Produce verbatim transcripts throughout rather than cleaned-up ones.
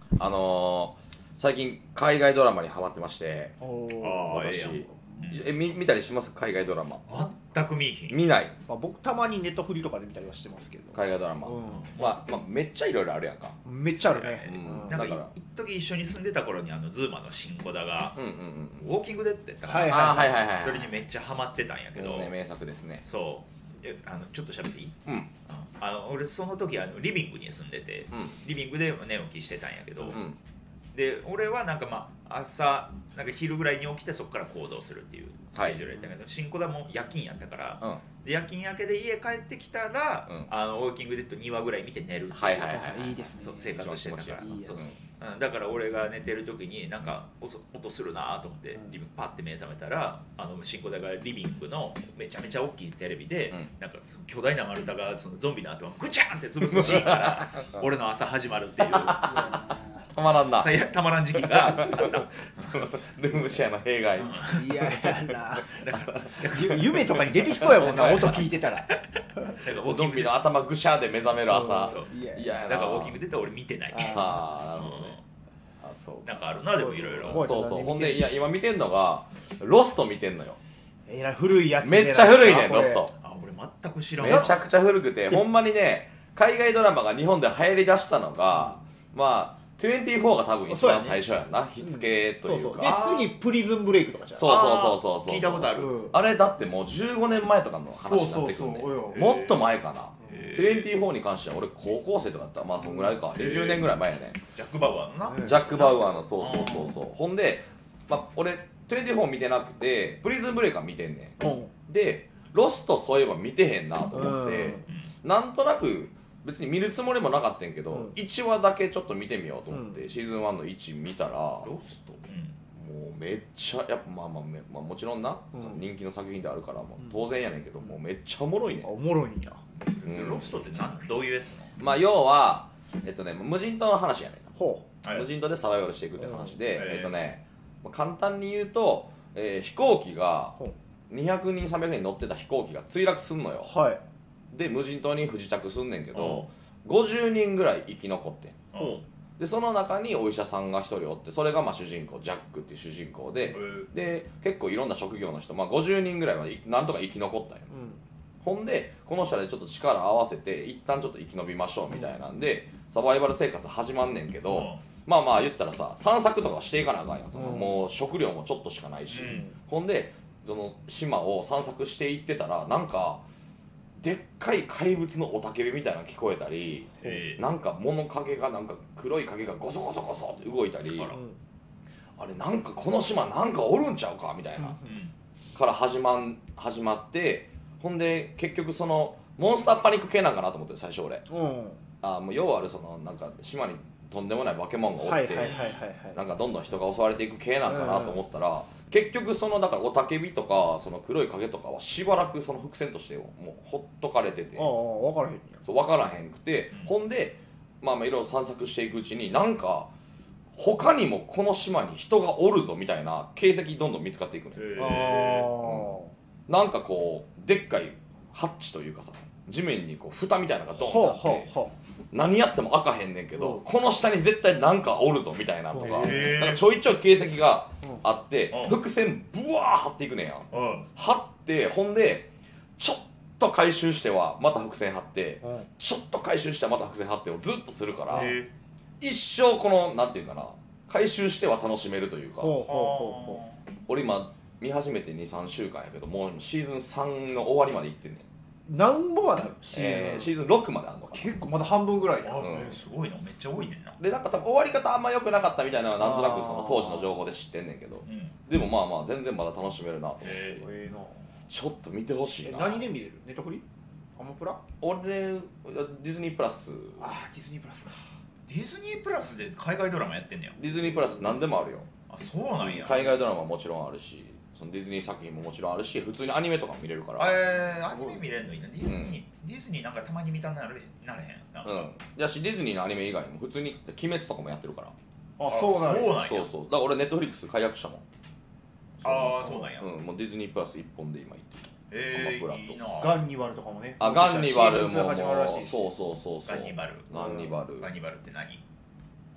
あのー、最近海外ドラマにハマってまして、 おあー私、 ええ見見たりします海外ドラマ？ 全く見えひん。 見ない。 まあ、僕たまにネットフリとかで見たりはしてますけど、 海外ドラマ、 うまあまあ、めっちゃいろいろあるやんか。 ん、めっちゃあるね、 うんなんかだから一時一緒に住んでた頃にあのズーマの新小田がうんうんうんウォーキングデッドやったから、 はいあーはいはいはいそれにめっちゃハマってたんやけど、 もうね名作ですね。 そうえあのちょっと喋っていい？ うんあの俺その時あのリビングに住んでて、 うんリビングで寝起きしてたんやけど、 うんで俺はなんかまあ朝なんか昼ぐらいに起きてそこから行動するっていうスケジュールやったけど、新小田も夜勤やったから、 うんで夜勤明けで家帰ってきたら、 うんあのウォーキングデッドにわぐらい見て寝るっていう、 はいはいはいいいですね。 そう生活してたから一番気持ちいいやつそういいそううんだから俺が寝てる時になんか音音するなと思ってリビングパッて目覚めたら、あの新小田がリビングのめちゃめちゃ大きいテレビで、 うんなんか巨大な丸太がそのゾンビの頭をぐちゃんって潰すシーンから俺の朝始まるっていうたまらんな。 最悪たまらん時期があったそのルームシェアの弊害。 いややなゆ夢とかに出てきそうやもんな音聞いてたら。 だからウォーキングゾンビの頭ぐしゃで目覚める朝。 そういやいやいややな。 だからウォーキング出て俺見てないああなるほどね。あそうなんかあるなでもいろいろ覚えてそうそう。 何見てんのほんでいや今見てんのがロスト見てんのよ。 えらい古いやつめっちゃ古いねこれロスト。 あ俺全く知らんめちゃくちゃ古くてほんまにね海外ドラマが日本で流行りだしたのがまあにじゅうよんが多分一番最初やんな、火付けというそうそうか。 で次プリズンブレイクとかじゃん。 そうそうそうそうそう。 聞いたことある、 うんあれだってもうじゅうごねんまえとかの話になってくるんでそうそうそうもっと前かな。 へーにじゅうよんに関しては俺高校生とかだったらまあそんぐらいかにじゅうねんぐらい前やね。 ジャック・バウアーのな、 うんジャック・バウアーのそうそうそうそうほんで、まあ、俺にじゅうよん見てなくてプリズンブレイクは見てんねん。 うんでロストそういえば見てへんなと思って、なんとなく別に見るつもりもなかったんやけど、 うんいちわだけちょっと見てみようと思って、うん、シーズンワンのいち見たらもロスト、 うめっちゃやっぱまあまあ、まあ、もちろんな、うん、その人気の作品であるからもう当然やねんけど、うん、もうめっちゃおもろいねん。 おもろいんや、 うん、ロストって何どういうやつの？ まあ要はえっとね無人島の話やねんな。 ほう、はい、 無人島でサバイバルしていくって話で、 うん、 えっとね簡単に言うと、えー、飛行機がにひゃくにんさんびゃくにん乗ってた飛行機が墜落すんのよ。 はいで無人島に不時着すんねんけどごじゅうにんぐらい生き残ってん。 うんでその中にお医者さんがひとりおってそれがまあ主人公ジャックっていう主人公で、で結構いろんな職業の人、まあ、ごじゅうにんぐらいはなんとか生き残ったんよ、うん、ほんでこの人でちょっと力合わせて一旦ちょっと生き延びましょうみたいなんでサバイバル生活始まんねんけど、うん、まあまあ言ったらさ散策とかしていかなあかんやんその、うん、もう食料もちょっとしかないし、うん、ほんでその島を散策していってたらなんかでっかい怪物の雄たけびみたいなの聞こえたり、なんか物陰がなんか黒い影がゴソゴソゴソって動いたり、あれなんかこの島なんかおるんちゃうかみたいな、から始まん始まってほんで結局そのモンスターパニック系なんかなと思って最初俺、あもう要はあるそのなんか島にとんでもない化け物がおってなんかどんどん人が襲われていく系なんかなと思ったら、結局そのだから雄たけびとかその黒い影とかはしばらくその伏線としてもうほっとかれてて、 ああ分からへんやそう分からへんくて、うん、ほんでまあまあいろいろ散策していくうちになんか他にもこの島に人がおるぞみたいな形跡どんどん見つかっていくね、 あ、 うん、なんかこうでっかいハッチというかさ地面にこう蓋みたいなのがドンとあって、はあはあ、何やっても開かへんねんけど、うん、この下に絶対なんかおるぞみたいなとか、なんかちょいちょい形跡があって、うん、伏線ブワー張っていくねんや、うん、張ってほんでちょっと回収してはまた伏線張って、うん、ちょっと回収してはまた伏線張ってをずっとするから一生このなんていうかな回収しては楽しめるというか、俺今見始めて にさんしゅうかんやけどもうシーズンさんの終わりまでいってんねん。 何本まであるシーズン、 えー、シーズンろくまであるのかな。 結構まだ半分ぐらいだ、 うん、すごいなめっちゃ多いねんな。 でなんか多分終わり方あんま良くなかったみたいなのはなんとなくその当時の情報で知ってんねんけど、うん、でもまあまあ全然まだ楽しめるなと思って、えー、ちょっと見てほしいな。 何で見れる？ネットフリ？アマプラ？ 俺ディズニープラス。 ああディズニープラスか。 ディズニープラスで海外ドラマやってんねや。 ディズニープラス何でもあるよ。 あそうなんや。 海外ドラマももちろんあるしそのディズニー作品ももちろんあるし普通にアニメとかも見れるから。 えー、アニメ見れるのいいな。ディズニー、うん、ディズニーなんかたまに見たなれなれへんな。 うんやしディズニーのアニメ以外も普通に鬼滅とかもやってるから。 あそうなんや。 そうそうだから俺ネットフリックス解約したもん。 ああそうなんや。 うんもうディズニープラス一本で今言ってる。 えー、いいな。 ガンニバルとかもね。 あガンニバルも始まるらしいし。 そうそうそうそう。 ガンニバル。 ガンニバル。 ガンニバルって何？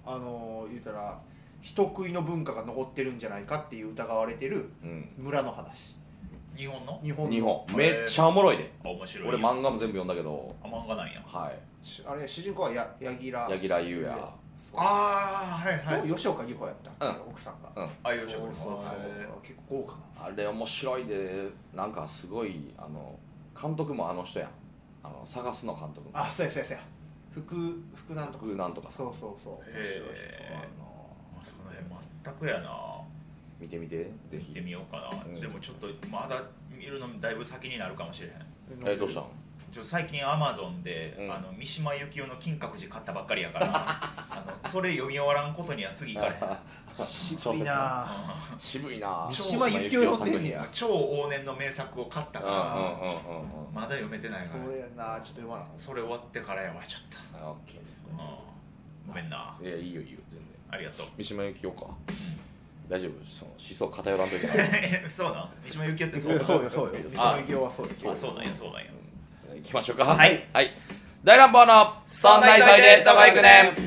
あのー、言うたら人食いの文化が残ってるんじゃないかっていう疑われてる村の話、 うん、日本の日本の日本めっちゃおもろいで。 面白い。 俺漫画も全部読んだけど。 あ、漫画なんや。 はい。 あれ主人公はや柳楽柳楽優弥。 ああはいはい。 吉岡里帆やった、うん、奥さんが、 うん、 あ、吉岡里帆結構豪華な。 あれ面白いで、なんかすごいあの監督もあの人やん、あの探すの監督も。 あ、そうやそうやそうや、福福なんとか福なんとか。 そうそうそう。 へえ。あのその辺全くやな。 見てみて、ぜひ見てみようかな、うん、でもちょっとまだ見るのだいぶ先になるかもしれへん。 え、どうしたの？ ちょ最近アマゾンで、うん、あの三島由紀夫の金閣寺買ったばっかりやからあのそれ読み終わらんことには次行かれへん。 渋いな、 うん、渋いな。 三島由紀夫読んでんねや。 超往年の名作を買ったから、まだ読めてないから。 そうやな、ちょっと読まな。 それ終わってからやわ、ちょっと。 オッケーですね、 うん、ごめんな。 いや、いいよいいよ、全然ありがとう。 三島由紀夫か、大丈夫、その思想偏らんといけないそうなん、三島由紀夫ってそうなん。 そうよそうよ、三島由紀夫はそうです。 あ、そうなんやそうなんや。 行きましょうか。はい、 はい、大乱暴のそんな急いでどこ行くねん。そんな急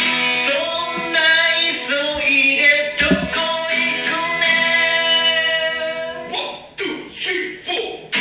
いでどこ行くねん。ワン、ツー、スリー、フォー。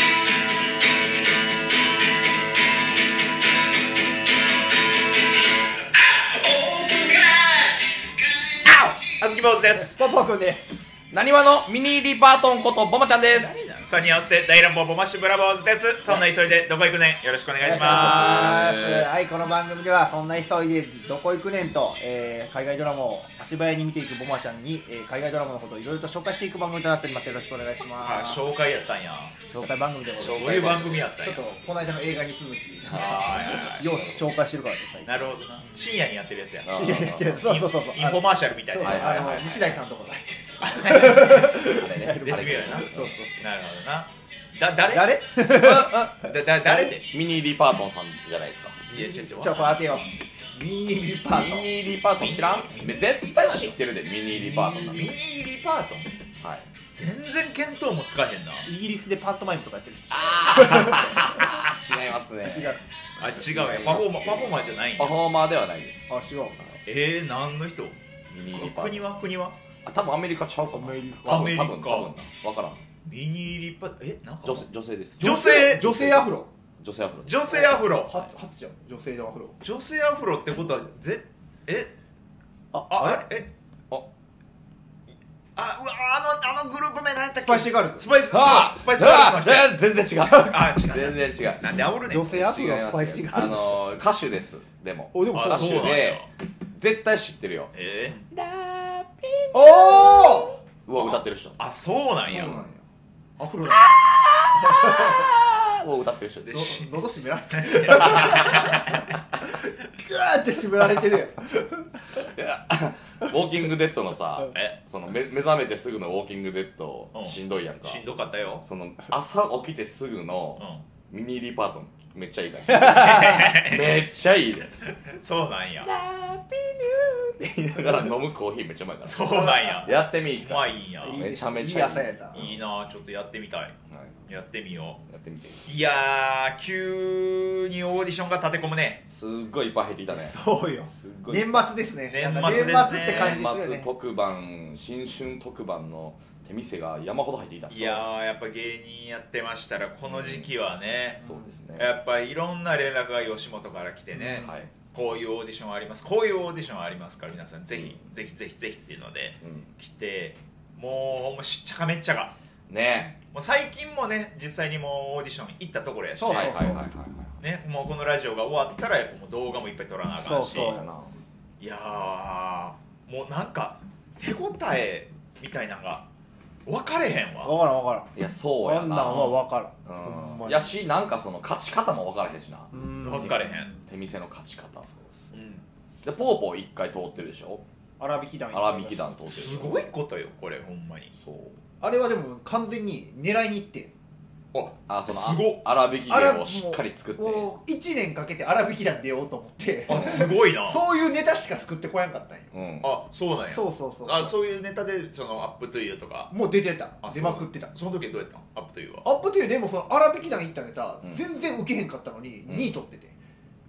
あずき坊主です。 ポポくんです。 なにわのミニリパートンことボマちゃんです。 さんに合わせて大乱暴ボマッシュブラボーズです。そんな急いでどこ行くねん、よろしくお願いします。 はい、この番組ではそんな急いでどこ行くねんと、えー、海外ドラマを足早に見ていくボマちゃんに、えー、海外ドラマのことをいろいろと紹介していく番組となっております。よろしくお願いします。 あ、紹介やったんや。 紹介番組でもそういう番組やったんや。 ちょっとこの間の映画に続きはい要素紹介してるからです。 なるほどな。深夜にやってるやつや。 深夜にやってる。そうそうそう。 インフォマーシャルみたいな。 あの西大さんとこが入ってる。 絶妙やな。 そうそう。 なるほどな。だ誰？ 誰？ だ誰で？ ミニリパートンさんじゃないですか。 いやちょっとちょっと当てよう。ミニリパートン。 ミニリパートン知らん？絶対知ってるで、ミニリパートン。 ミニリパートン。 はい。 全然見当もつかへんな。 イギリスでパントマイムとかやってる。 ああ違いますね。 違う。 あ、違うや。パフォーマーパフォーマーじゃないんや。 パフォーマーではないです。 あ、違う。 えー、何の人？ ミニリパートン。 国は国は？ あ、多分アメリカちゃうかな。 アメリカ。 多分多分多分な。わからん。 ミニリパえなんか女性女性です。 女性女性アフロ。 女性アフロ。 女性アフロ。 初初じゃん。女性のアフロ。 女性アフロってことはぜえあああれえああうわあのあのグループ名何やったっけ？ スパイシーガールズ。 スパイスあスパイスガールズの人。 全然違う。 あ違う。 全然違う。 なんで煽るねん。 女性アフロスパイシーガールズ。 あの歌手です。でもおでも歌手で絶対知ってるよ。 えー、ラピおお。 うわ歌ってる人。 あそうなんや。 アフロを歌ってる人です。喉閉められてる。グワーって閉められてるやん。 ウォーキングデッドのさ、 えその 目, 目覚めてすぐのウォーキングデッドしんどいやんか。 しんどかったよ。 その朝起きてすぐのミニリパートンめっちゃいいから。めっちゃいいで。 そうなんや。 ラピニューって言いながら飲むコーヒーめっちゃうまいから。 そうなんや。 やってみいか。 まあいいんや。 めちゃめちゃいい。 いいいいな、ちょっとやってみたい。はい、やってみよう。やってみて。 いやー、急にオーディションが立て込むね。 すっごいいっぱい入ってきたね。 そうよ。 すっごい年末ですね。 年末ですね。 年末って感じですよね。 年末特番、新春特番の手店が山ほど入っていた。 いやー、やっぱ芸人やってましたらこの時期はね、 うん、そうですね。 やっぱいろんな連絡が吉本から来てね、 うん、はい、 こういうオーディションあります、こういうオーディションありますから皆さんぜひ、うん、ぜひぜひぜひっていうので、うん、来て、もうもうしっちゃかめっちゃかね、 もう最近もね実際にもうオーディション行ったところやし、 そうはいはいはいはい、 ね、もうこのラジオが終わったらやっぱもう動画もいっぱい撮らなあかんし、 そうそうやな。 いやーもうなんか手応えみたいなのが分かれへんわ。 分からん分からん。 いやそうやな。 あんなんは分からん。うん、やしなんかその勝ち方も分からへんしな。 うん、分かれへん。 手店の勝ち方。 うん。 でポーポー一回通ってるでしょ。 粗挽き団。 粗挽き団通ってる。 すごいことよこれほんまに。 そう。 あれはでも完全に狙いに行って。 あ、そのすご粗挽き芸をしっかり作って。 もういちねんかけて粗挽き団出ようと思って。 あ、すごいな。 そういうネタしか作ってこやんかったんよ。 うん。 あ、そうなんや。 そうそうそう。 あ、そういうネタでそのアップトゥーユーとか。 もう出てた。出まくってた。 その時どうやったの？アップトゥーユーは。 アップトゥーユーでもその粗挽き団行ったネタ、うん、全然受けへんかったのににい取ってて。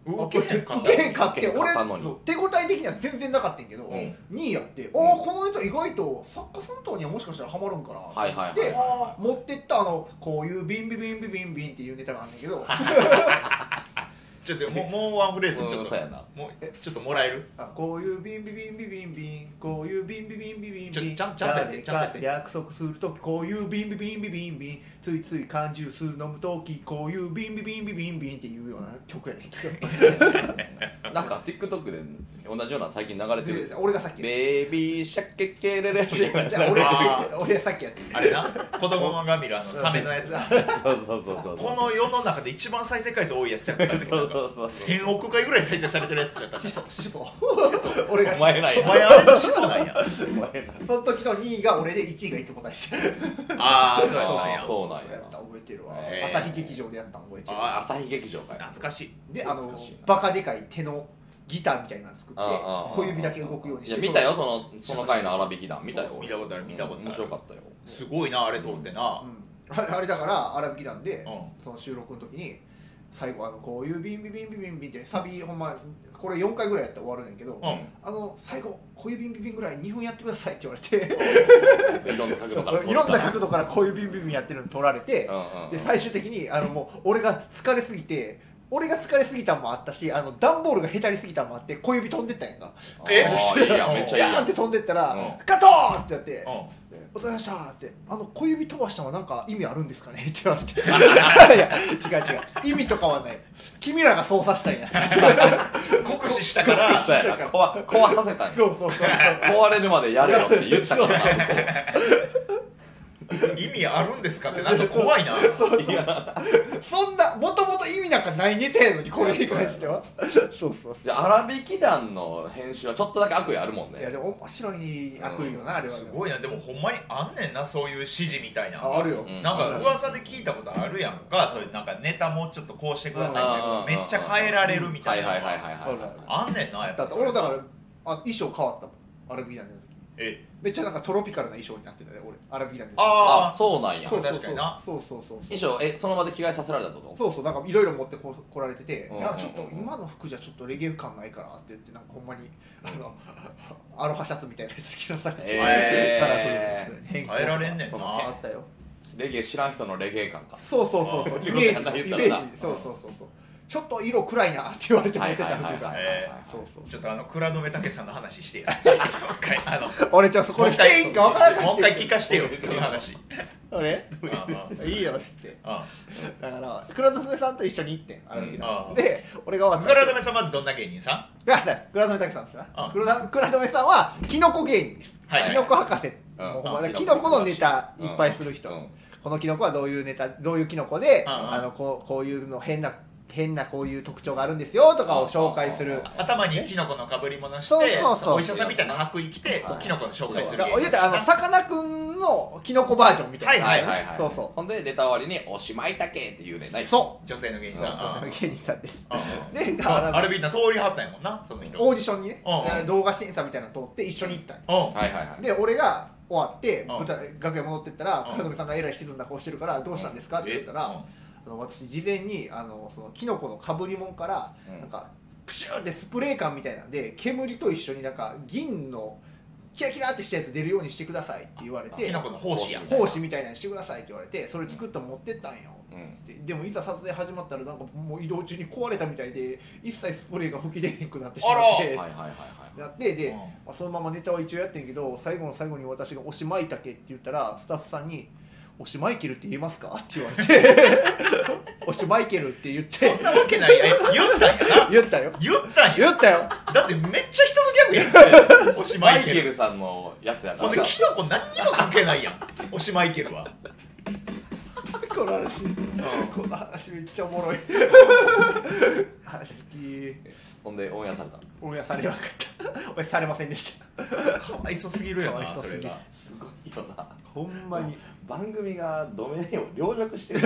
動けへんかった動けへんかって俺勝ったのにそう手応え的には全然なかったんやけど、 うんにいやってああこのネタ意外と作家さんとにはもしかしたらハマるんかなはいはいはいで持ってったあのこういうビンビビンビビンビンっていうネタがあるんだけどちょっともうもうワンフレーズちょっとうんそうやなもうちょっともらえるあこういうビンビビンビビンビンこういうビンビビンビビンビンちょちゃんちゃんとやって誰ちゃんとやってか約束するときこういうビンビビンビビンビンついつい缶ジュース飲むときこういうビンビビンビビンビンっていうような曲やねんけどなんか TikTok で同じような最近流れてる俺がさっきベイビーシャッケッケレレじゃあ俺あ俺がさっきやってあれな子供が見るあのサメのやつだそうそうそうそうこの世の中で一番再生回数多いやつちゃったんだけどそうそうそうせんおくかいぐらい再生されてるやつちゃったシソシソ俺がお前なんやお前あれの始祖なんやその時のにいが俺でいちいがいつも大事ああそうあなんやーそうなんややった覚えてるわへー朝日劇場でやったの覚えてるあ朝日劇場かい懐かしいであの懐かしいなバカでかい手のギターみたいなの作ってああああ小指だけ動くようにしていや見たよそのその回の荒引き団見たよ見たことある見たことある面白かったよすごいなあれ通ってなうんあれあれだから荒引きなんでうんその収録の時に最後あのこういうビンビビンビビンビンってサビほんまこれよんかいぐらいやったら終わるねんけど、 うんあの最後こういうビンビビンぐらいにふんやってくださいって言われていろんな角度からいろんな角度からこういうビンビビンやってるの撮られてうんうんうんで最終的にあのもう俺が疲れすぎて俺が疲れすぎたのもあったしあの段ボールがへたりすぎたのもあって小指飛んでったんやんかえあーいいやんめっちゃいいやんギャーンって飛んでったらうんカットーってやってうんお疲れ様でしたってあの小指飛ばしたのは何か意味あるんですかねって言われていや違う違う意味とかはない君らが操作したんや酷使したからそうやな壊壊させたんやそうそうそう壊れるまでやれよって言ったからな向こ意味あるんですかってなんか怖いなそんなもともと意味なんかないネタやのにこれに関してはそうそうそうじゃあ荒引き団の編集はちょっとだけ悪意あるもんねいやでも面白い悪意よな、あれはすごいなでもほんまにあんねんなそういう指示みたいなああるよ、 うんなんか噂で聞いたことあるやんかそういうなんかネタもうちょっとこうしてくださいみたいなうんめっちゃ変えられるみたいなはいはいはいはいあるあるあんねんなやっぱだって俺だからあ衣装変わったもんアラビアンの時えめっちゃなんかトロピカルな衣装になってたね俺アラビアンの時ああそうなんやそうそう確かになそうそうそう衣装えその場で着替えさせられたってことそうそうなんかいろいろ持ってこ来られてて、 うんいやちょっと今の服じゃちょっとレゲエ感ないからって言ってなんかほんまにあのアロハシャツみたいなやつ着なさいって、 えーカラフルなやつ変変えられんねんなそうあったよレゲエ知らん人のレゲエ感かそうそうそうそうあイメージ言イメったらなージそうそうそうそうちょっと色暗いなって言われて持ってた服がはいはいはいえそうそうちょっとあの倉留武さんの話してよあの俺ちょっとこれしていいんか分からなもう一くて回聞かしてよその話俺うんいいよ知ってあだから倉留さんと一緒に行ってんある日うんうんで俺が終わった倉留さんまずどんな芸人さん倉留倉留武さんですなうん倉倉留さんはキノコ芸人ですはいはいキノコ博士うんもうほんまうんキノコのネタいっぱいする人うんこのキノコはどういうネタどういうキノコでうんうんあのこうこういうの変な変なこういう特徴があるんですよとかを紹介する頭にキノコの被り物してそうそうそうお医者さんみたいな白衣着てこうキノコの紹介するだから言うたらあのさかなクンのキノコバージョンみたいなはいはいはいはいそうそうほんでネタ終わりにおしまいたけって言うねんないそ女性の芸人うさんあ芸人さんですあであああれみんな通りはったんやもんなその人オーディションにねうんうん動画審査みたいなの通って一緒に行ったんようんはいはいはいで俺が終わってうん舞台楽屋戻ってったらうん倉留さんがえらい沈んだ顔してるからどうしたんですかって言ったらあの私事前にあのそのキノコのかぶり物からうんなんかプシューってスプレー缶みたいなんで煙と一緒になんか銀のキラキラってしたやつ出るようにしてくださいって言われてキノコの胞子や胞子みたいなのしてくださいって言われてそれ作って持ってったんようんででもいざ撮影始まったらなんかもう移動中に壊れたみたいで一切スプレーが吹き出へんくなってしまってはいはいはいはいやってで、 うんまあ、そのままネタは一応やってんけど最後の最後に私が「おしまいたけ」って言ったらスタッフさんに「おしマイケルって言えますか?」って言われて「おしマイケル」って言ってそんなわけないえ言ったんやな言ったよ言ったんや言ったよだってめっちゃ人のギャグやってるおしマイマイケルケルさんのやつやかほんらでキノコ何にも関係ないやんおしマイケルはこの話この話めっちゃおもろい話好きほんでオンエアされたオンエアされなかったオンエアされませんでしたかわいそすぎるよかわないそれそすぎるがすごいよなほんまに番組がドメインを凌辱してる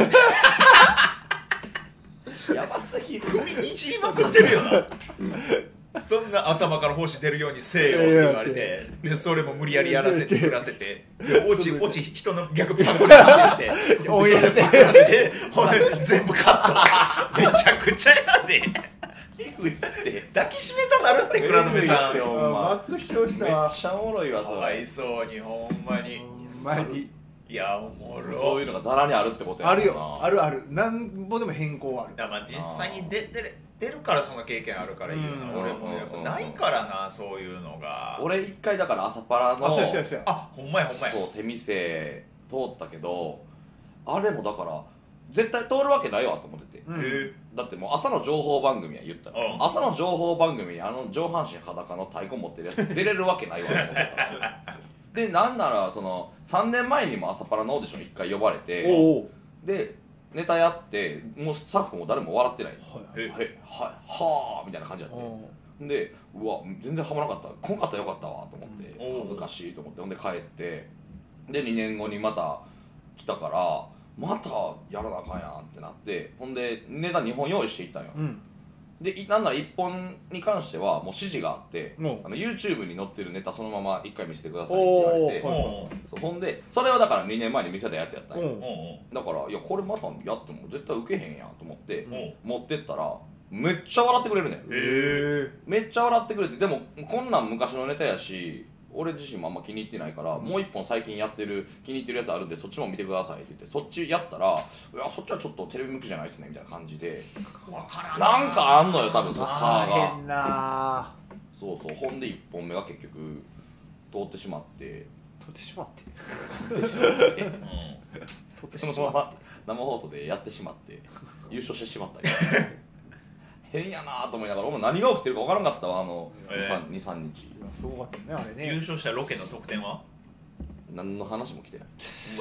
やばすぎる踏みにじりまくってるよなそんな頭から胞子出るようにせえよって言われてでそれも無理やりやらせて作らせてで落ち落ち人の逆パクリって言ってオンエアで作らせてほんで全部カットめちゃくちゃやでえぐいって抱きしめとなるって倉野さんえぐいってほんま爆笑しめったわちゃおもろいわそれかわいそうにほんまにほんまにいやおもろそういうのがザラにあるってことやあなるよあるあるなんぼでも変更はあるだからまあ実際に出てる出るからその経験あるから言うな、 うん俺もやっぱないからなそういうのが俺一回だから朝パラのあそうやそうやそうやあほんまやほんまやそう手店通ったけどあれもだから絶対通るわけないわと思ってて、 うんえだってもう朝の情報番組は言ったら、 うん朝の情報番組にあの上半身裸の太鼓持ってるやつ出れるわけないわと思ってたでなんならそのさんねんまえにも朝パラのオーディションいっかい呼ばれておうでネタやってもうスタッフも誰も笑ってないはいえはいはいはあみたいな感じやっておうでうわ全然ハマらなかった来んかったらよかったわと思ってうん恥ずかしいと思ってほんで帰ってでにねんごにまた来たからまたやらなあかんやんってなってほんでネタにほん用意していったんようんでいなんならいっぽんに関してはもう指示があってうんあの YouTube に載ってるネタそのままいっかい見せてくださいって言われておーうんそうほんでそれはだからにねんまえに見せたやつやったんようんうんうんだからいやこれまたやっても絶対ウケへんやんと思ってうん持ってったらめっちゃ笑ってくれるねんえめっちゃ笑ってくれてでもこんなん昔のネタやし俺自身もあんま気に入ってないから、もう一本最近やってる気に入ってるやつあるんでそっちも見てくださいって言ってそっちやったらいやそっちはちょっとテレビ向きじゃないですねみたいな感じで分からんなんかあんのよ多分その差あーが変なそうそうほんでいっぽんめが結局通ってしまって取ってしまってうん取ってそしまっのまま生放送でやってしまって優勝してしまったり変やなと思いながら俺も何が起きてるか分からんかったわあのえーにさんにちていやすごかったねあれ優ね勝したロケの得点は何の話も来てないう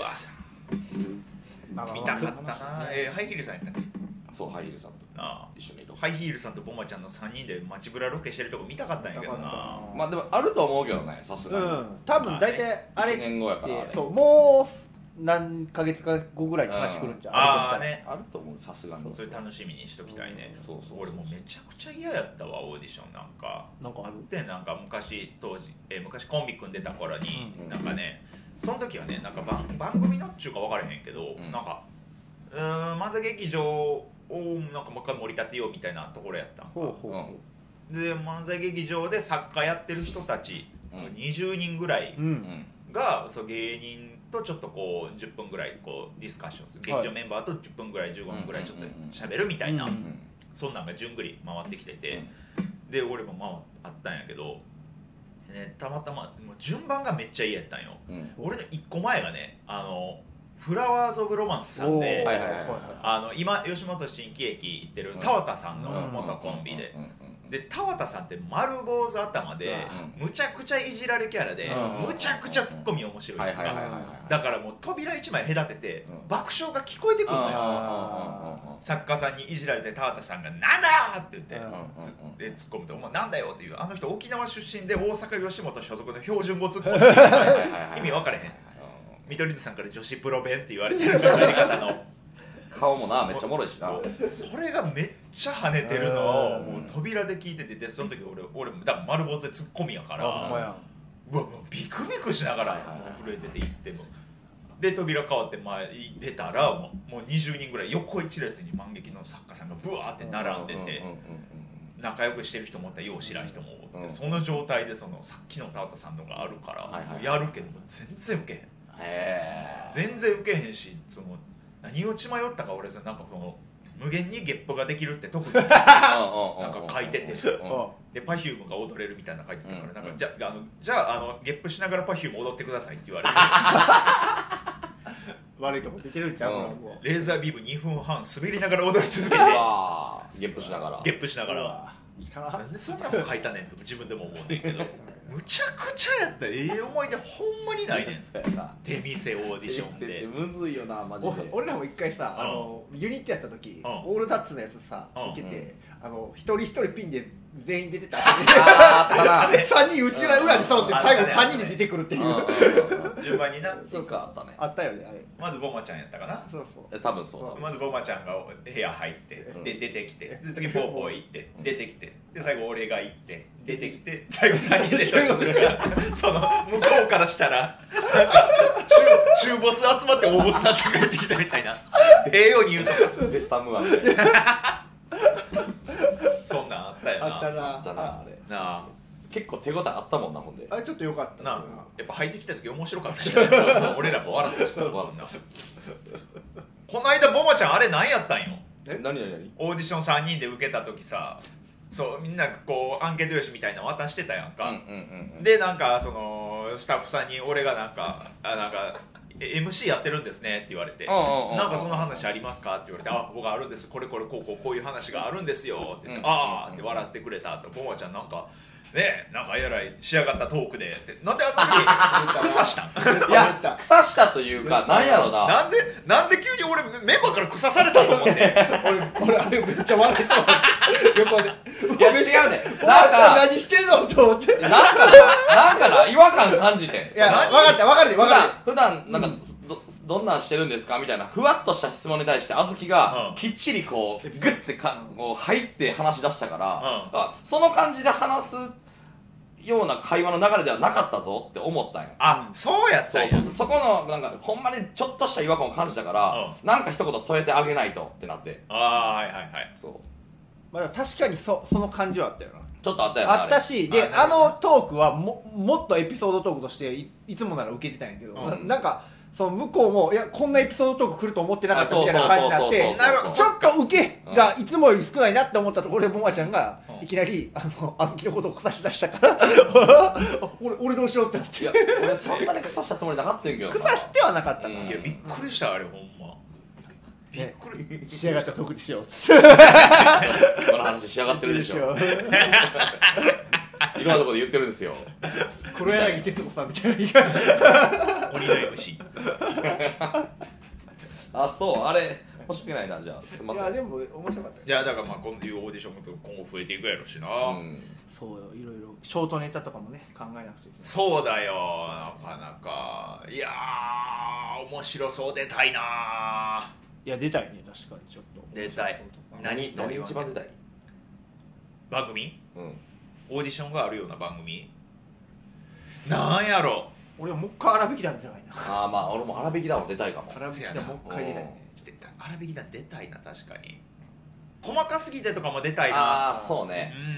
まあまあわ見たかったなえーハイヒールさんやったっけそうハイヒールさんとなあ一緒にいるハイヒールさんとボマちゃんのさんにんで街ブラロケしてるとこ見たかったんやけどな見たかったまあでもあると思うけどねさすがに、 うん多分大体あれっいちねんごやからあれてそうもう何ヶ月か後ぐらいに話来るんじゃんああねあると思うさすがにそれ楽しみにしときたいね、 そうそうそうそう俺もうめちゃくちゃ嫌やったわオーディションなんかなんかあるでなんか昔当時、えー昔コンビ組んでた頃に、 うんなんかねその時はねなんか番番組のっちゅうか分からへんけど、 うんなんかうーん漫才劇場をなんかもう一回盛り立てようみたいなところやったんかほうほうほうで漫才劇場で作家やってる人たち、 うんにじゅうにんぐらいうんうんが、そう芸人とちょっとこうじゅっぷんぐらいこうディスカッションする、 はい劇場メンバーとじゅっぷんぐらいじゅうごふんぐらいちょっとうんうんうんうん喋るみたいな、 うんうんそんなんが順繰り回ってきてて、で俺も回あったんやけど、ね、たまたまもう順番がめっちゃ嫌やったんようん俺のいっこまえがねあのフラワーズ・オブ・ロマンスさんで、 おーはいはいはいあの今吉本新喜劇行ってるうん田畑さんのうん元コンビでうんうんで田畑さんって丸坊主頭でうむちゃくちゃいじられキャラでうんむちゃくちゃツッコミ面白いはいはいはいはいはいだからもう扉一枚隔ててうん爆笑が聞こえてくるのよあ作家さんにいじられて田畑さんが「なんだよ!」って言ってうんつで突っ込むと「お前なんだよ!」っていうあの人沖縄出身で大阪吉本所属の標準語ツッコミ意味分かれへん見取り図さんから女子プロ弁って言われてる喋り方の顔もなめっちゃおもろいしなそうそれがめっちゃ跳ねてるのをうんもう扉で聞いててでその時俺俺もだから丸坊主でツッコミやかあほんまらやうわもうビクビクしながらはいはいはい震えてて行ってもで扉変わって前に出たらもうもうにじゅうにんぐらい横一列に万劇の作家さんがブワーって並んでてうんうんうん仲良くしてる人もおったらよう知らん人もおって、 うんその状態でそのさっきの田畑さんのがあるから、 はいはいはいやるけども全然ウケへんへえ全然ウケへんしその何を血迷ったか俺さなんかその無限にゲップができるって特になんか書いててあでパフュームが踊れるみたいなの書いてたから、 うんなんかじゃあのじゃああのゲップしながらパフューム踊ってくださいって言われて悪いとこ出てるんちゃううんもレーザービームにふんはん滑りながら踊り続けてわあゲップしながらゲップしながらうわ来たななんでそんなもん書いたねんと自分でも思うねんけどむちゃくちゃやったええ思い出ほんまにないねんそうやな出店オーディションってでむずいよなマジおで俺らも一回さあのユニットやった時うんオールダッツのやつさうん受けてあの一人一人ピンで全員出てたあーあったなさんにん後ろ裏で揃ってうん最後あったねさんにんで出てくるっていううんうんうん順番にななんかあったねあったよねあれまずボマちゃんやったかなそうそうえ多分そう多分まずボマちゃんが部屋入って、 うんで出てきてで次ポーポー行って出てきてで最後俺が行って出てきて最後さんにんで取り込むからその向こうからしたらなんか中中ボス集まって大ボスになって帰ってきたみたいなええように言うとかデスタムはみたいなそんなんあっなあったなあったなあれなあ結構手応えあったもんなほんであれちょっと良かったなあやっぱ入ってきた時面白かったじゃないですか俺らも笑ってた笑っこの間ボマちゃんあれ何やったんよえ何何何オーディションさんにんで受けた時さそうみんなこうアンケート用紙みたいなの渡してたやんか、 うんうんうんうんでなんかそのスタッフさんに俺がなんかあなんかえ エムシー やってるんですねって言われて、 うんうんうんなんかその話ありますかって言われて、あ、僕あるんです、これこれこうこうこういう話があるんですよって言って、 うんあーって笑ってくれたと、ボマちゃんなんかねなんかえらい仕上がったトークでってなんであの時腐したんいや腐したというかなんやろななんでなんで急に俺メンバーから腐されたと思って俺俺あれめっちゃ笑いそう横でいや違うねおばあちゃん何してんのと思ってなんかなんかな違和感感じていや分かった分かる分普かる段普段なんか、うん、ど, どんなんしてるんですかみたいなふわっとした質問に対してあずきが、 うん、 きっちりこうグッてかこう入って話し出したから、 うん、 あその感じで話すような会話の流れではなかったぞって思ったんよ。 あ、そうやったんや。 そうそうそこのなんかほんまにちょっとした違和感を感じたから、うん、なんか一言添えてあげないとってなって。 ああはいはいはい。 そう。 まあ確かにそその感じはあったよな。 ちょっとあったよね。 あったし、であのトークはももっとエピソードトークとして い, いつもなら受けてたんやけど、うん、な, なんか。その向こうもいやこんなエピソードトーク来ると思ってなかったみたいな感じになってちょっと受けがいつもより少ないなって思ったところでボマちゃんがいきなりあのあずきのことを腐し出したから俺, 俺どうしようってなって、 いや俺そんなに腐したつもりなかったんやけど腐してはなかったから、 うん、いやびっくりしたあれほんまびっくり、 ね、仕上がったトークにしようこの話仕上がってるでしょいろんなところで言ってるんですよ黒柳徹子さんみたいな鬼の エムシーあそうあれ欲しくないなじゃあすいません。 いやでも面白かったいやだからまあこういうオーディションも今後増えていくやろうしな、うん、 そうよいろいろショートネタとかもね考えなくちゃいけない。 そうだよなかなかいやー面白そう出たいないや出たいね確かにちょっと出たい何何一番出たい番組、 うん、 オーディションがあるような番組なんやろ俺はもう一回荒引き団じゃないなああまあ俺も荒引き団を出たいかも。 荒引き団もう一回出たいね。 荒引き団出たいな確かに細かすぎてとかも出たいなああそうね、 うん、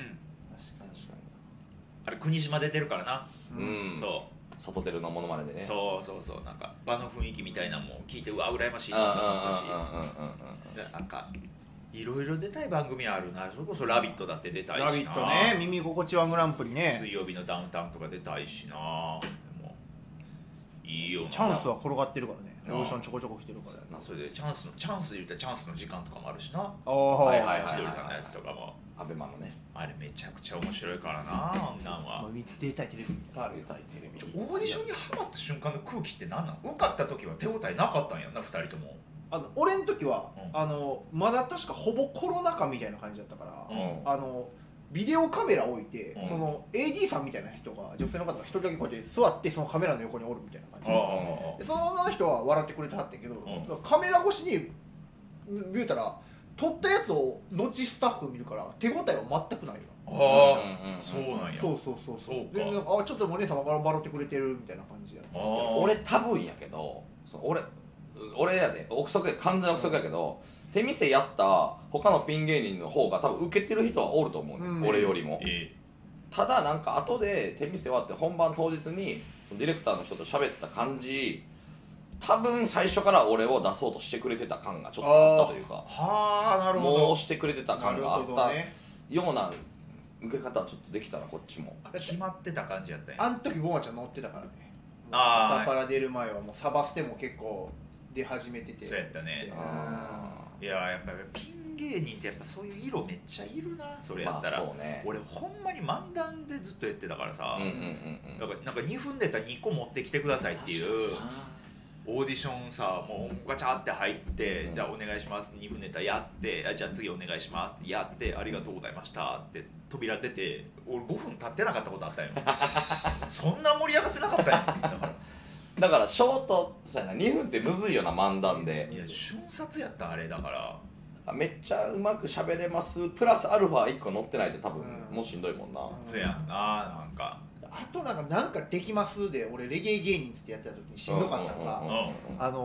確かに確かにあれ国島出てるからなうん、 そう外出るのものまねでねそうそうそうなんか場の雰囲気みたいなのも聞いてうわ羨ましいなと思ったしなんかいろいろ出たい番組あるなそれこそラビットだって出たいしなラビットね耳心地ワングランプリね水曜日のダウンタウンとか出たいしなでもいいよなチャンスは転がってるからねオーディションちょこちょこ来てるからなそれでチャンスのチャンスで言ったらチャンスの時間とかもあるしなあはいはいはい千鳥さんのやつとかもアベマのねあれめちゃくちゃ面白いからなあんなんは出たいテレビ出たいテレビオーディションにハマった瞬間の空気って何なの受かった時は手応えなかったんやなふたりともあの俺の時は、 うん、 あのまだ確かほぼコロナ禍みたいな感じだったから、 うん、 あのビデオカメラ置いて、 うん、 その エーディー さんみたいな人が女性の方が一人だけこうやって座ってそのカメラの横におるみたいな感じでその女の人は笑ってくれてはったけど、うん、カメラ越しに見うたら撮ったやつを後スタッフ見るから手応えは全くないよああそうなんやそうそうそうそうそう全然あちょっとお姉さんが笑ってくれてるみたいな感じやった俺多分やけど俺俺やで憶測完全憶測やけど、うん、手店やった他のピン芸人の方が多分受けてる人はおると思うね、うん、俺よりも、えー、ただなんか後で手店終わって本番当日にそのディレクターの人と喋った感じ多分最初から俺を出そうとしてくれてた感がちょっとあったというかはあなるほどもうしてくれてた感があったような受け方はちょっとできたらこっちも決まってた感じやったんやあん時ボマちゃん乗ってたからねあサパラ出る前はもうサバステも結構出始めててそうやったねいややっぱりピン芸人ってやっぱそういう色めっちゃいるなそれやったら、 まあそうね、 俺ほんまに漫談でずっとやってたからさ、 うんうんうんうん、 なんかなんかにふんでたらにこ持ってきてくださいっていうオーディションさもうガチャって入って、うん、じゃあお願いしますにふんネタやってあじゃあ次お願いしますってやってありがとうございましたって扉出て俺ごふん経ってなかったことあったよそんな盛り上がってなかったよだからだからショートそうやなにふんってむずいよな漫談でいや瞬殺やったあれだからめっちゃうまく喋れますプラスアルファいっこ乗ってないと多分、うん、もうしんどいもんなそうやんななんかあとなんかなんかできますで俺レゲエ芸人ってやってた時にしんどかったのがあの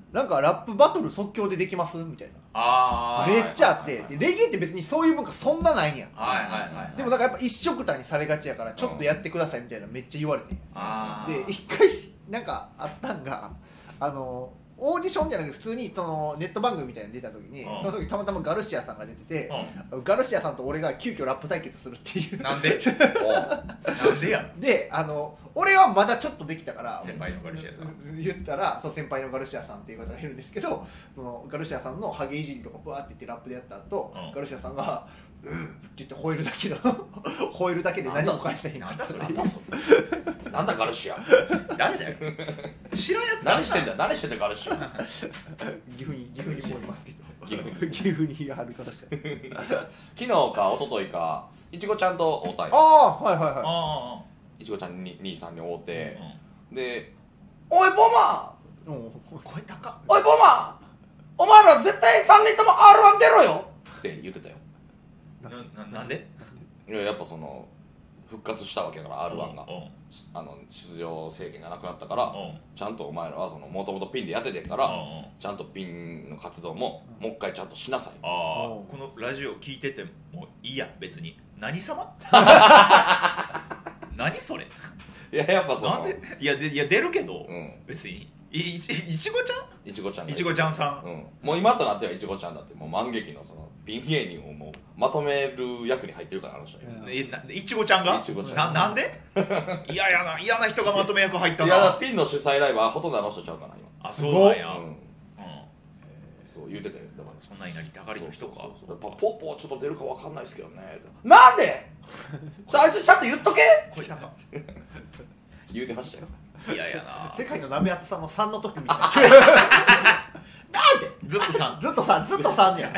なんかラップバトル即興でできますみたいなあめっちゃあって、でレゲエって別にそういう文化そんなないんやん。 はいはいはいはいでもなんかやっぱ一緒くたにされがちやからちょっとやってくださいみたいなめっちゃ言われてんあーで一回しなんかあったんがあのオーディションじゃなくて普通にそのネット番組みたいなの出た時に、 うんその時たまたまガルシアさんが出てて、 うガルシアさんと俺が急遽ラップ対決するっていうなんでなんでやであの俺はまだちょっとできたから先輩のガルシアさん言ったらそう先輩のガルシアさんっていう方がいるんですけど、そのガルシアさんのハゲいじりとかバーって言ってラップでやった後、 うんガルシアさんが「うん」って言って吠えるだけの吠えるだけで何も返せへんかったなんだそれっていうなんだそれなんだガルシア誰だよ知らんやつ何してんだ何してんだガルシア岐阜に岐阜にもいますけど岐阜岐阜にある方して昨日か一昨日かいちごちゃんと会うたんやああはいはいはいあいちごちゃんに兄さんに会うてあ、 で「おいボマうん声高っおいボマお前ら絶対さんにんとも アールワン 出ろよ!」って言ってたよ。 なななんでいややっぱその復活したわけやから アールワン がうんあの出場制限がなくなったからうんちゃんとお前らはもともとピンでやっててんからうんうんちゃんとピンの活動ももう一回ちゃんとしなさい。 ああうんこのラジオ聞いててもいいや別に何様何それいややっぱそのなんでいやでいや出るけど、 うん別にいいいちごちゃいちごちゃんがんいちごちゃんさん、 うん、もう今となってはいちごちゃんだってもう万劇のそのピン芸人をもうまとめる役に入ってるからあの人、 うんえないちごちゃんがいちごちゃんななんで嫌やな嫌な人がまとめ役入ったいなやピンの主催ライブはほとんどあの人ちゃうかなあそうなんや、 今、うん、 うんそう言うてたよだからそんなになりたがりの人かそうそうそうやっぱポッポはちょっと出るかわかんないですけどねなんであいつちゃんと言っとけこれなんか言うてましたよ嫌やな世界のなめ厚さのさんの時みたいななんでずっとさんずっとさんずっとさんやん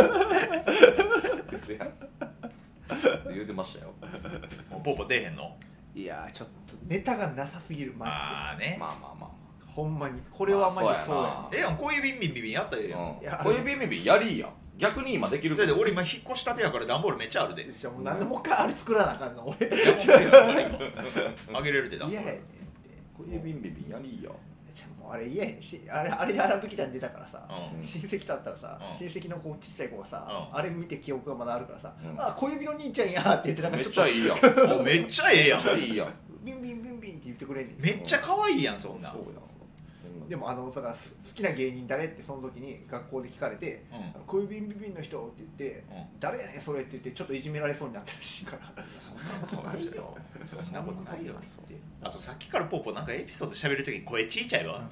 ですや言うてましたよもうポーポ出えへんのいやーちょっとネタがなさすぎるマジでああね、 まあまあまあほんまにこれはマジでそうやまあそうやなええやんこういうビンビンビンビンやったらええやん、 うんいや小指ビビやりや逆に今できるそれで俺今引っ越したてやから段ボールめっちゃあるでじゃあもうなんでもう一回あれ作らなあかんの俺いやもう無理やから今あげれるで段ボール嫌やねんって小指ビビやりやじゃあもうあれ嫌やねんしあれあれで荒吹き団出たからさ、 うん親戚と会ったらさ、 うん親戚の子ちっちゃい子がさ、 うんあれ見て記憶がまだあるからさ、 うんあ小指の兄ちゃんやって言ってなんかめっちょっとちゃいいやんおめっちゃええやんめっちゃいいやんビンビンビンビンって言ってくれんねんめっちゃ可愛いやんそんなんそうやでもあのだから好きな芸人誰ってその時に学校で聞かれてうんあの小指ビンビンの人って言って、 うん誰やねんそれって言ってちょっといじめられそうになったらしいからそんなことないよそんなことないよあとさっきからポーポなんかエピソード喋るときに声ちいちゃいわ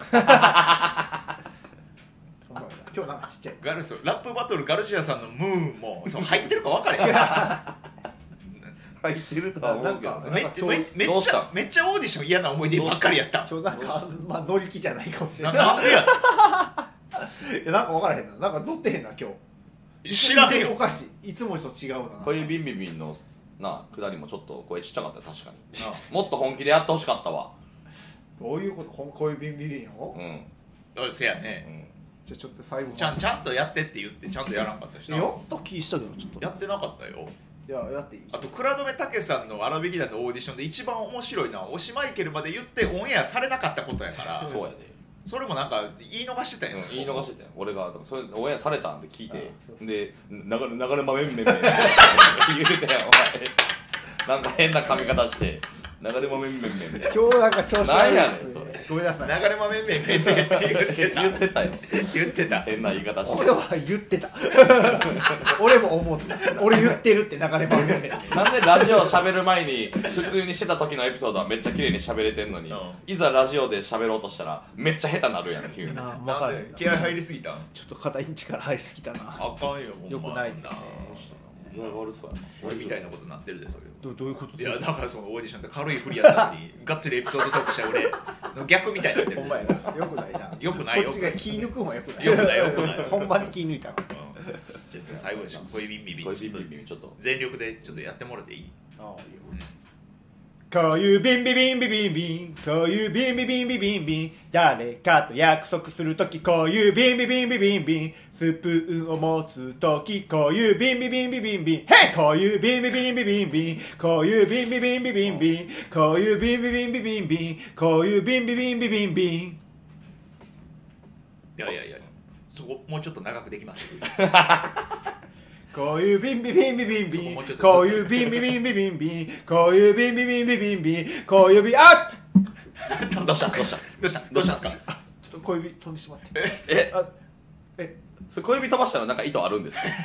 ほんまやな今日なんかちっちゃいガルスラップバトルガルシアさんのムーンもその入ってるか分かれへん入ってるとは思うけどなんかめめめっちどうしたゃめっちゃオーディション嫌な思い出ばっかりやった今日なんかまあ乗り気じゃないかもしれなないなんでやいやなんか分からへんななんか乗ってへんな今日知らんよ全然おかしいいつもと違うな小指ビンビビンのな下りもちょっと声ちっちゃかったよ確かにあもっと本気でやってほしかったわどういうことここういうビンビビンをうんあせやねじゃあちょっと最後ちゃんちゃんとやってって言ってちゃんとやらんかったしなやった気したけどちょっとやってなかったよいややっていいあと倉留武さんの荒引き団のオーディションで一番面白いのは推しマイケルまで言ってオンエアされなかったことやからそうやでそれもなんか言い逃してたよ、 言い逃してたよ俺がそれオンエアされたんで聞いてあそうそうで流れ流れまめんめんめん言うてたよお前なんか変な髪型して流れまめんめんめんみたいな今日なんか調子悪いなんやねんですそれごめんなさい流れまめんめんめんって言ってた言ってたよ言ってた変な言い方して俺は言ってた俺も思った俺言ってるって流れ番組でなんでラジオ喋る前に普通にしてた時のエピソードはめっちゃ綺麗に喋れてんのに、 うんいざラジオで喋ろうとしたらめっちゃ下手なるやん急になあ分なからへんなんで気合入りすぎたんちょっと肩に力入りすぎたなあかんよほんまよくないですね具合悪そうやな俺みたいなことになってるでそれどどういうこといやだからそのオーディションで軽い振りやったのにがっつりエピソードトークした俺の逆みたいになってるほんまやなよくないなよくないよこっちが気抜く方がよくないよくないよくない本番に気抜いたわうんじゃあ最後に小指ビンビン小指ビンビンちょっと全力でちょっとやってもらっていいああいいよこういうビンビビンビビンビンこういうビンビビンビビンビン誰かと約束するときこういうビンビビンビビンビンスプーンを持つときこういうビンビビンビビンビンヘイこういうビンビビンビビンビンこういうビンビビンビビンビンこういうビンビビンビビンビンこういうビンビビンビビンビンいやいやいやそこもうちょっと長くできますこういうビンビビンビビンビンこういうビンビビンビビンビンこういうビンビビンビビンビンこういうビあっどうしたどうしたどうしたどうしたんですか。 ちょっと小指飛んでしまってえあえそれ小指飛ばしたのなんか意図あるんですか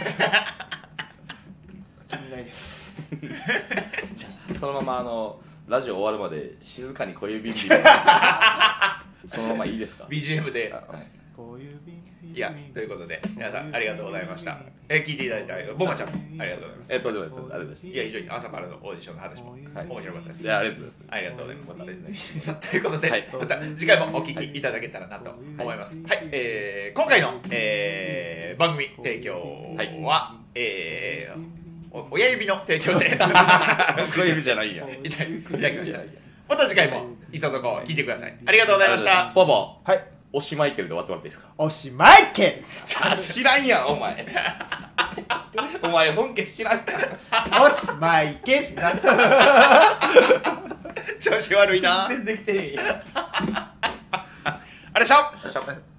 ないですそのままあのラジオ終わるまで静かに小指ビンビンそのままいいですかビージーエム で、 はいこういうビンビンいやということで皆さんありがとうございました。え聞いていただいたありがとうボマちゃんもありがとうございます。 えっとでもですありがとうございますいや非常に朝からのオーディションの話もはい面白かったです。 いやありがとうございますありがとうございます。さあということで、 はいまた次回もお聞きいただけたらなと思います。はい、えー今回の、えー番組提供は、えーお親指の提供で小指じゃないやいただきました。また次回もいそとこ聞いてください。ありがとうございました。 ポポはいおしマイケルで終わってもらっていいですか。 おしまいけ知らんやんお前お前本家知らんやんおしまいけ調子悪いな。 全然できてへんやんあれでしょ。